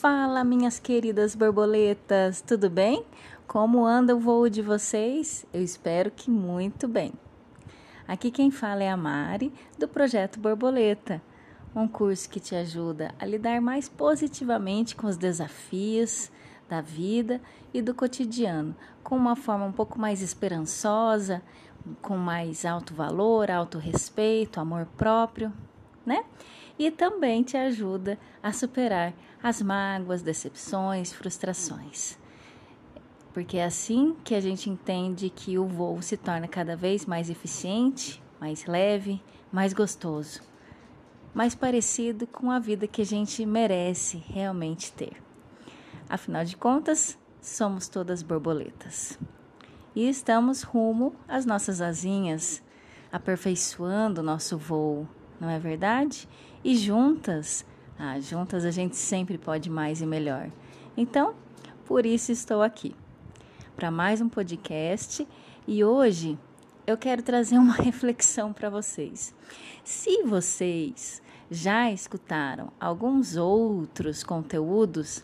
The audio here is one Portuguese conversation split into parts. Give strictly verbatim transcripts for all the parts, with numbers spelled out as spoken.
Fala, minhas queridas borboletas, tudo bem? Como anda o voo de vocês? Eu espero que muito bem. Aqui quem fala é a Mari, do Projeto Borboleta, um curso que te ajuda a lidar mais positivamente com os desafios da vida e do cotidiano, com uma forma um pouco mais esperançosa, com mais alto valor, alto respeito, amor próprio, né? E também te ajuda a superar as mágoas, decepções, frustrações. Porque é assim que a gente entende que o voo se torna cada vez mais eficiente, mais leve, mais gostoso, mais parecido com a vida que a gente merece realmente ter. Afinal de contas, somos todas borboletas. E estamos rumo às nossas asinhas, aperfeiçoando o nosso voo, não é verdade? E juntas, ah, juntas a gente sempre pode mais e melhor. Então, por isso estou aqui, para mais um podcast. E hoje eu quero trazer uma reflexão para vocês. Se vocês já escutaram alguns outros conteúdos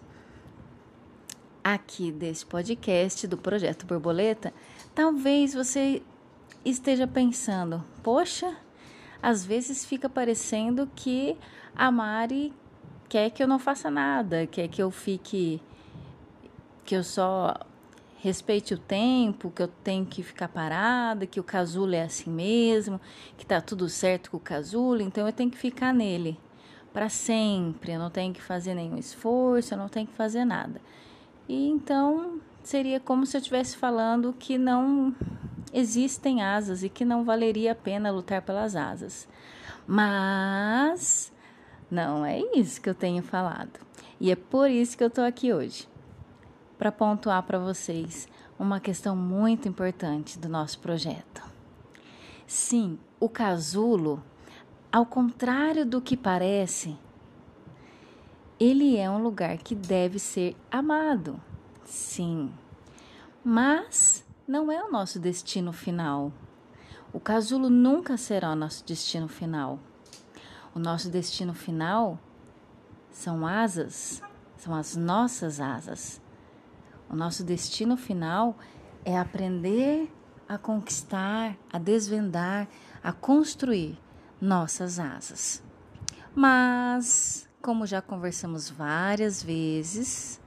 aqui desse podcast do Projeto Borboleta, talvez você esteja pensando, poxa, às vezes fica parecendo que a Mari quer que eu não faça nada, quer que eu fique, que eu só respeite o tempo, que eu tenho que ficar parada, que o casulo é assim mesmo, que tá tudo certo com o casulo, então eu tenho que ficar nele para sempre, eu não tenho que fazer nenhum esforço, eu não tenho que fazer nada. E então seria como se eu estivesse falando que não existem asas e que não valeria a pena lutar pelas asas. Mas não é isso que eu tenho falado. E é por isso que eu estou aqui hoje, para pontuar para vocês uma questão muito importante do nosso projeto. Sim, o casulo, ao contrário do que parece, ele é um lugar que deve ser amado. Sim, mas não é o nosso destino final. O casulo nunca será o nosso destino final. O nosso destino final são asas, são as nossas asas. O nosso destino final é aprender a conquistar, a desvendar, a construir nossas asas. Mas, como já conversamos várias vezes,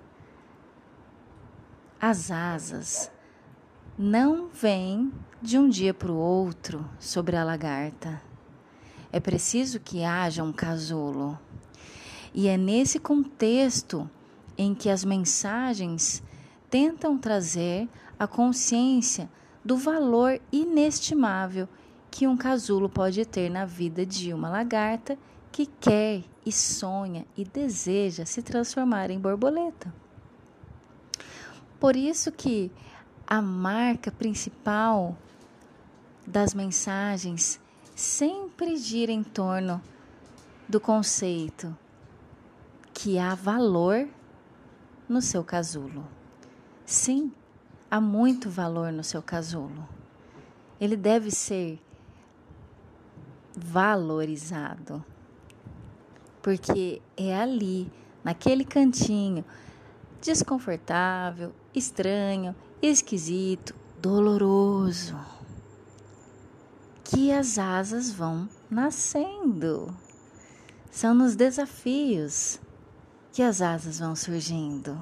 as asas não vêm de um dia para o outro sobre a lagarta. É preciso que haja um casulo. E é nesse contexto em que as mensagens tentam trazer a consciência do valor inestimável que um casulo pode ter na vida de uma lagarta que quer e sonha e deseja se transformar em borboleta. Por isso que a marca principal das mensagens sempre gira em torno do conceito que há valor no seu casulo. Sim, há muito valor no seu casulo. Ele deve ser valorizado, porque é ali, naquele cantinho desconfortável, estranho, esquisito, doloroso, que as asas vão nascendo. São nos desafios que as asas vão surgindo.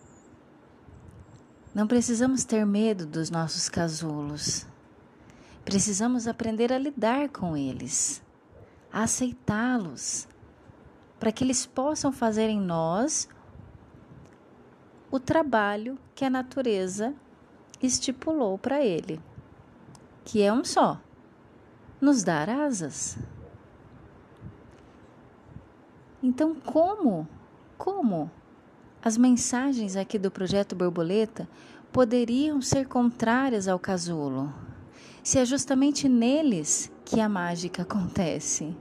Não precisamos ter medo dos nossos casulos. Precisamos aprender a lidar com eles, a aceitá-los, para que eles possam fazer em nós o trabalho que a natureza estipulou para ele, que é um só, nos dar asas. Então, como, como as mensagens aqui do Projeto Borboleta poderiam ser contrárias ao casulo, se é justamente neles que a mágica acontece?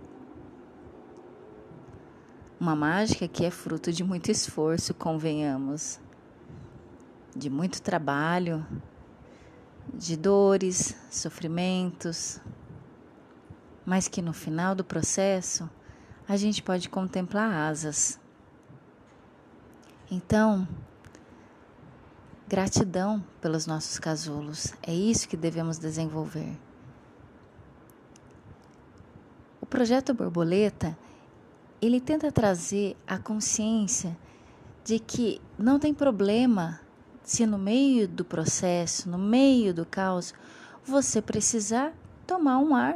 Uma mágica que é fruto de muito esforço, convenhamos, de muito trabalho, de dores, sofrimentos, mas que no final do processo a gente pode contemplar asas. Então, gratidão pelos nossos casulos, é isso que devemos desenvolver. O projeto Borboleta, ele tenta trazer a consciência de que não tem problema se no meio do processo, no meio do caos, você precisar tomar um ar.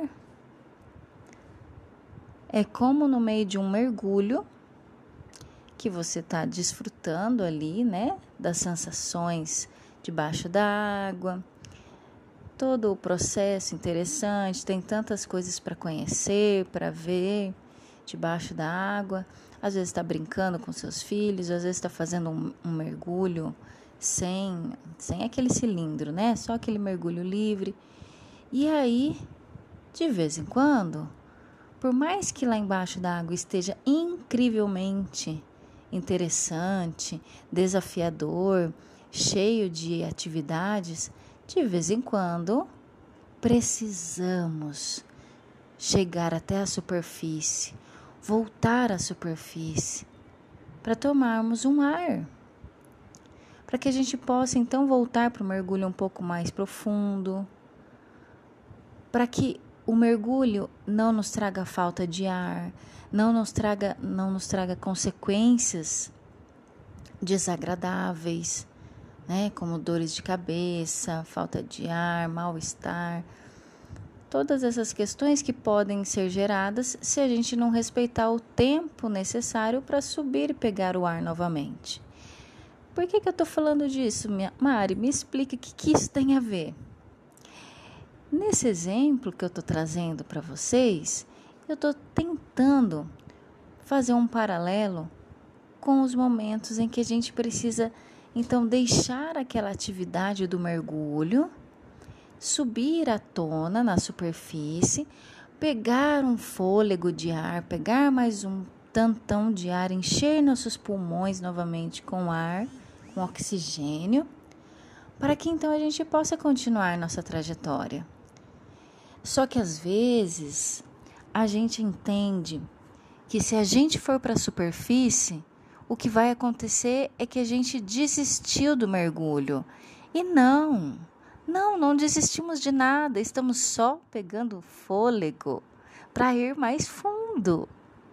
É como no meio de um mergulho, que você está desfrutando ali, né, das sensações debaixo da água, todo o processo interessante, tem tantas coisas para conhecer, para ver debaixo da água. Às vezes está brincando com seus filhos, às vezes está fazendo um, um mergulho sem, sem aquele cilindro, né, só aquele mergulho livre. E aí, de vez em quando, por mais que lá embaixo da água esteja incrivelmente interessante, desafiador, cheio de atividades, de vez em quando precisamos chegar até a superfície, voltar à superfície, para tomarmos um ar, para que a gente possa então voltar para o mergulho um pouco mais profundo, para que o mergulho não nos traga falta de ar, não nos traga, não nos traga consequências desagradáveis, né? Como dores de cabeça, falta de ar, mal-estar. Todas essas questões que podem ser geradas se a gente não respeitar o tempo necessário para subir e pegar o ar novamente. Por que que eu estou falando disso, minha Mari? Me explica o que, que isso tem a ver. Nesse exemplo que eu estou trazendo para vocês, eu estou tentando fazer um paralelo com os momentos em que a gente precisa, então, deixar aquela atividade do mergulho, subir à tona na superfície, pegar um fôlego de ar, pegar mais um tantão de ar, encher nossos pulmões novamente com ar, com oxigênio, para que então a gente possa continuar nossa trajetória. Só que às vezes a gente entende que se a gente for para a superfície, o que vai acontecer é que a gente desistiu do mergulho. E não, não, não desistimos de nada, estamos só pegando fôlego para ir mais fundo.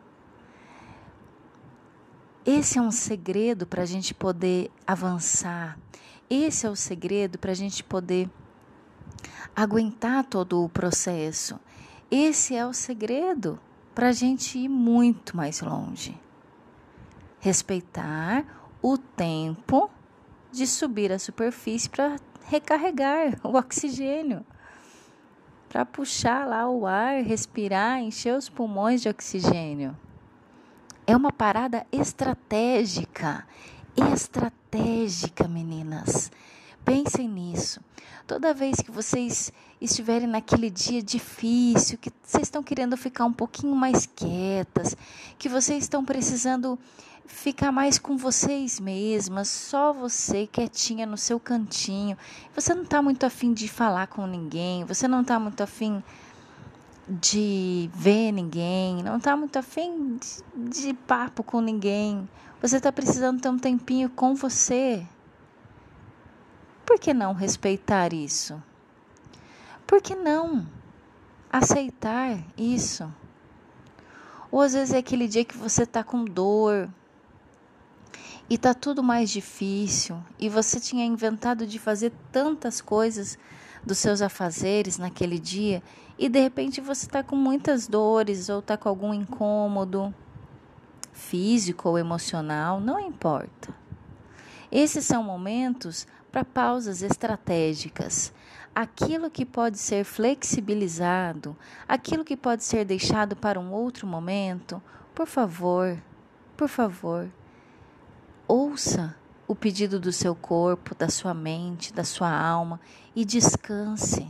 Esse é um segredo para a gente poder avançar, esse é o segredo para a gente poder aguentar todo o processo. Esse é o segredo para a gente ir muito mais longe. Respeitar o tempo de subir à superfície para recarregar o oxigênio, para puxar lá o ar, respirar, encher os pulmões de oxigênio. É uma parada estratégica, estratégica, meninas. Pensem nisso. Toda vez que vocês estiverem naquele dia difícil, que vocês estão querendo ficar um pouquinho mais quietas, que vocês estão precisando ficar mais com vocês mesmas, só você quietinha no seu cantinho, você não está muito afim de falar com ninguém, você não está muito afim de ver ninguém, não está muito afim de, de papo com ninguém, você está precisando ter um tempinho com você. Por que não respeitar isso? Por que não aceitar isso? Ou às vezes é aquele dia que você está com dor e está tudo mais difícil e você tinha inventado de fazer tantas coisas dos seus afazeres naquele dia e de repente você está com muitas dores ou está com algum incômodo físico ou emocional, não importa. Esses são momentos para pausas estratégicas. Aquilo que pode ser flexibilizado, aquilo que pode ser deixado para um outro momento, por favor, por favor, ouça o pedido do seu corpo, da sua mente, da sua alma e descanse.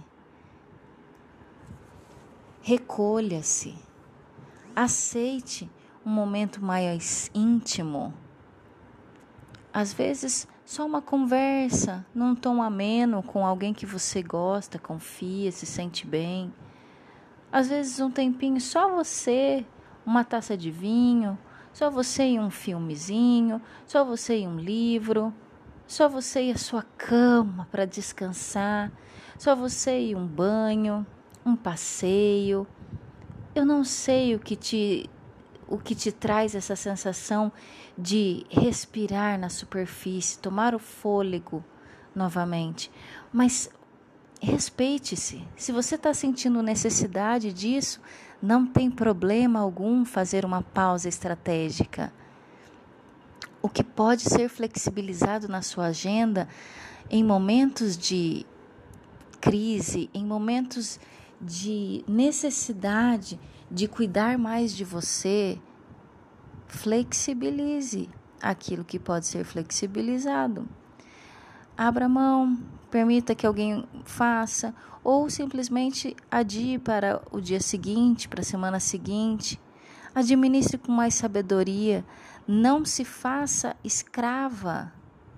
Recolha-se. Aceite um momento mais íntimo. Às vezes, só uma conversa, num tom ameno com alguém que você gosta, confia, se sente bem. Às vezes, um tempinho só você, uma taça de vinho, Só você e um filmezinho, só você e um livro, só você e a sua cama para descansar, só você e um banho, um passeio. Eu não sei o que te, o que te traz essa sensação de respirar na superfície, tomar o fôlego novamente, mas respeite-se. Se você está sentindo necessidade disso, não tem problema algum fazer uma pausa estratégica. O que pode ser flexibilizado na sua agenda em momentos de crise, em momentos de necessidade de cuidar mais de você, flexibilize aquilo que pode ser flexibilizado. Abra mão, permita que alguém faça, ou simplesmente adie para o dia seguinte, para a semana seguinte. Administre com mais sabedoria. Não se faça escrava.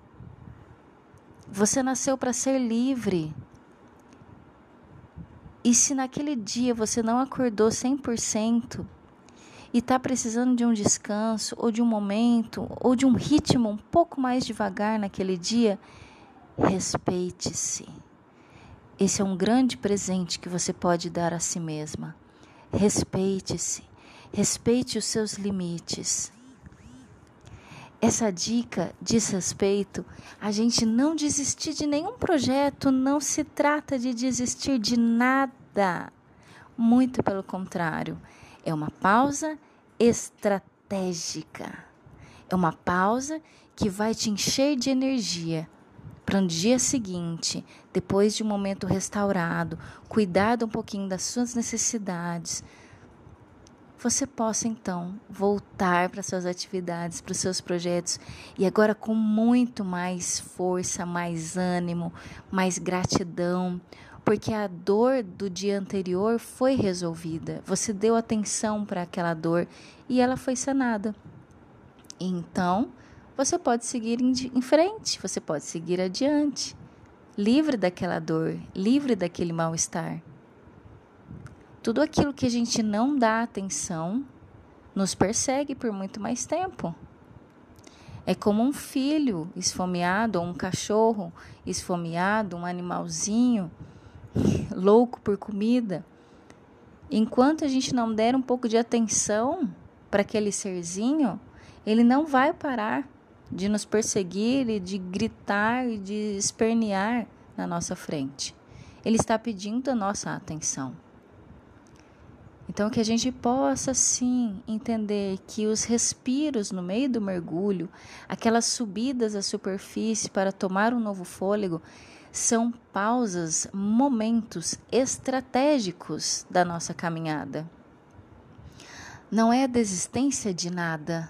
Você nasceu para ser livre. E se naquele dia você não acordou cem por cento e está precisando de um descanso, ou de um momento, ou de um ritmo um pouco mais devagar naquele dia, respeite-se. Esse é um grande presente que você pode dar a si mesma. Respeite-se. Respeite os seus limites. Essa dica diz respeito a gente não desistir de nenhum projeto, não se trata de desistir de nada. Muito pelo contrário, é uma pausa estratégica. É uma pausa que vai te encher de energia para no dia seguinte, depois de um momento restaurado, cuidado um pouquinho das suas necessidades, você possa então voltar para suas atividades, para os seus projetos, e agora com muito mais força, mais ânimo, mais gratidão, porque a dor do dia anterior foi resolvida. Você deu atenção para aquela dor e ela foi sanada. Então, você pode seguir em frente, você pode seguir adiante, livre daquela dor, livre daquele mal-estar. Tudo aquilo que a gente não dá atenção nos persegue por muito mais tempo. É como um filho esfomeado, ou um cachorro esfomeado, um animalzinho louco por comida. Enquanto a gente não der um pouco de atenção para aquele serzinho, ele não vai parar de nos perseguir e de gritar e de espernear na nossa frente. Ele está pedindo a nossa atenção. Então, que a gente possa, sim, entender que os respiros no meio do mergulho, aquelas subidas à superfície para tomar um novo fôlego, são pausas, momentos estratégicos da nossa caminhada. Não é a desistência de nada.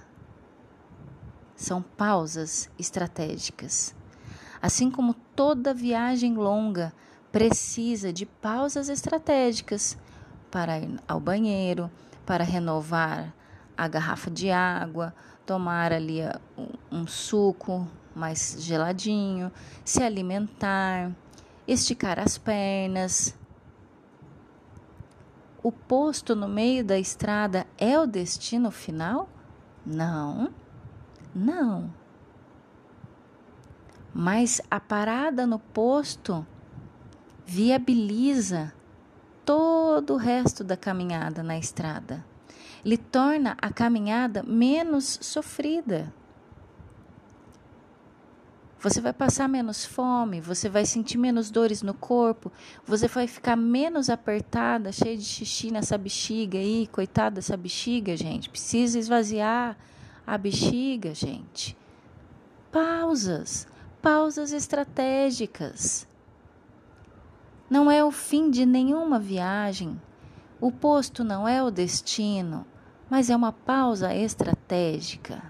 São pausas estratégicas. Assim como toda viagem longa precisa de pausas estratégicas para ir ao banheiro, para renovar a garrafa de água, tomar ali um, um suco mais geladinho, se alimentar, esticar as pernas. O posto no meio da estrada é o destino final? Não, não. Mas a parada no posto viabiliza todo o resto da caminhada na estrada. Ele torna a caminhada menos sofrida. Você vai passar menos fome, você vai sentir menos dores no corpo, você vai ficar menos apertada, cheia de xixi nessa bexiga aí, coitada dessa bexiga, gente. Precisa esvaziar a bexiga, gente. Pausas, pausas estratégicas. Não é o fim de nenhuma viagem. O posto não é o destino, mas é uma pausa estratégica.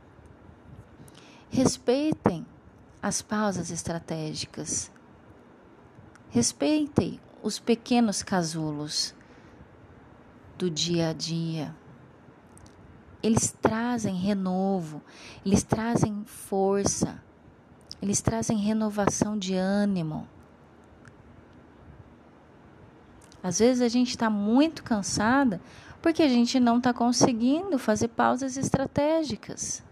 Respeitem as pausas estratégicas. Respeitem os pequenos casulos do dia a dia. Eles trazem renovo, eles trazem força, eles trazem renovação de ânimo. Às vezes a gente está muito cansada Porque a gente não está conseguindo fazer pausas estratégicas.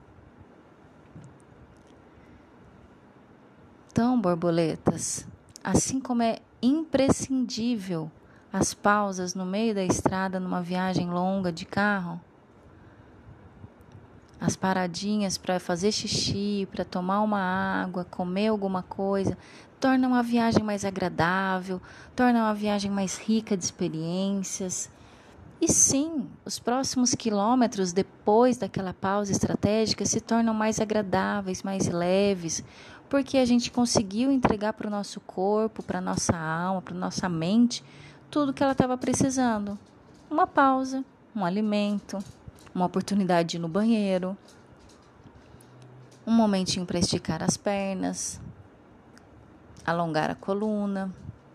Então, borboletas, assim como é imprescindível as pausas no meio da estrada numa viagem longa de carro, as paradinhas para fazer xixi, para tomar uma água, comer alguma coisa, tornam a viagem mais agradável, tornam a viagem mais rica de experiências. E sim, os próximos quilômetros depois daquela pausa estratégica se tornam mais agradáveis, mais leves, porque a gente conseguiu entregar para o nosso corpo, para a nossa alma, para a nossa mente, tudo que ela estava precisando. Uma pausa, um alimento, uma oportunidade de ir no banheiro, um momentinho para esticar as pernas, alongar a coluna.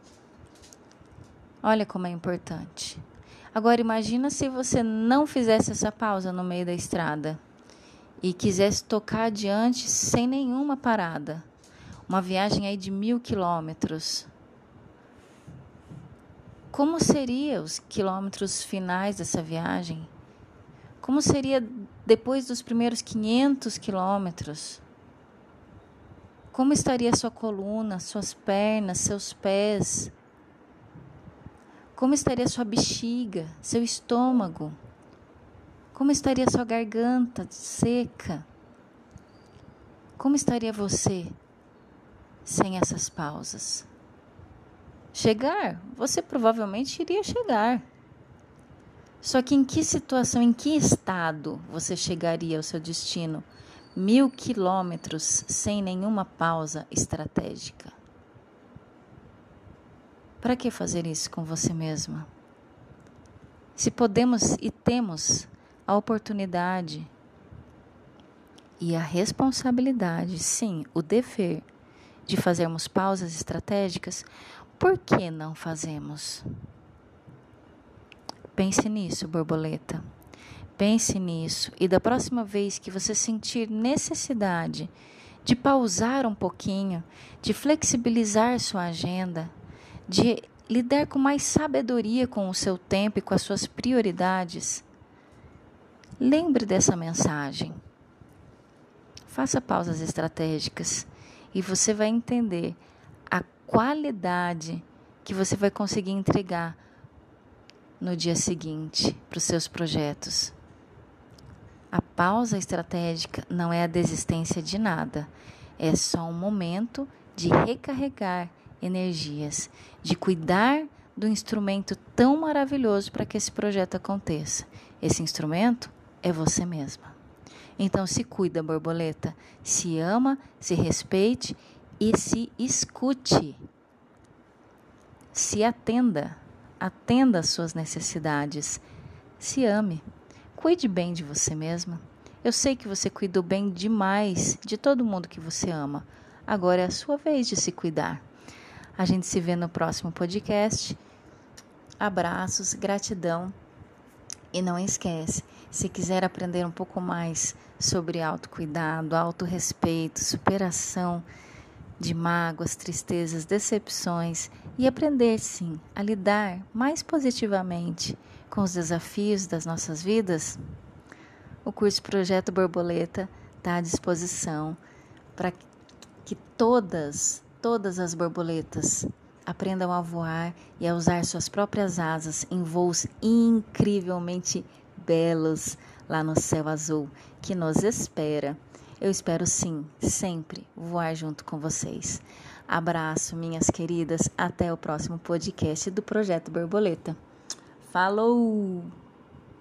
Olha como é importante. Agora imagina se você não fizesse essa pausa no meio da estrada e quisesse tocar adiante sem nenhuma parada. Uma viagem aí de mil quilômetros. Como seriam os quilômetros finais dessa viagem? Como seria depois dos primeiros quinhentos quilômetros? Como estaria sua coluna, suas pernas, seus pés? Como estaria sua bexiga, seu estômago? Como estaria sua garganta seca? Como estaria você sem essas pausas? Chegar, você provavelmente iria chegar. Só que em que situação, em que estado você chegaria ao seu destino? Mil quilômetros sem nenhuma pausa estratégica. Para que fazer isso com você mesma? Se podemos e temos a oportunidade e a responsabilidade, sim, o dever de fazermos pausas estratégicas, por que não fazemos? Pense nisso, borboleta. Pense nisso e da próxima vez que você sentir necessidade de pausar um pouquinho, de flexibilizar sua agenda, de lidar com mais sabedoria com o seu tempo e com as suas prioridades, lembre dessa mensagem. Faça pausas estratégicas e você vai entender a qualidade que você vai conseguir entregar no dia seguinte para os seus projetos. A pausa estratégica não é a desistência de nada, é só um momento de recarregar energias, de cuidar do instrumento tão maravilhoso para que esse projeto aconteça. Esse instrumento é você mesma. Então se cuida, borboleta, se ama, se respeite e se escute. Se atenda, atenda às suas necessidades. Se ame, cuide bem de você mesma. Eu sei que você cuidou bem demais de todo mundo que você ama. Agora é a sua vez de se cuidar. A gente se vê no próximo podcast. Abraços, gratidão. E não esquece, se quiser aprender um pouco mais sobre autocuidado, autorrespeito, superação de mágoas, tristezas, decepções e aprender, sim, a lidar mais positivamente com os desafios das nossas vidas, o curso Projeto Borboleta está à disposição para que todas, todas as borboletas aprendam a voar e a usar suas próprias asas em voos incrivelmente belos lá no céu azul que nos espera. Eu espero sim, sempre voar junto com vocês. Abraço, minhas queridas. Até o próximo podcast do Projeto Borboleta. Falou!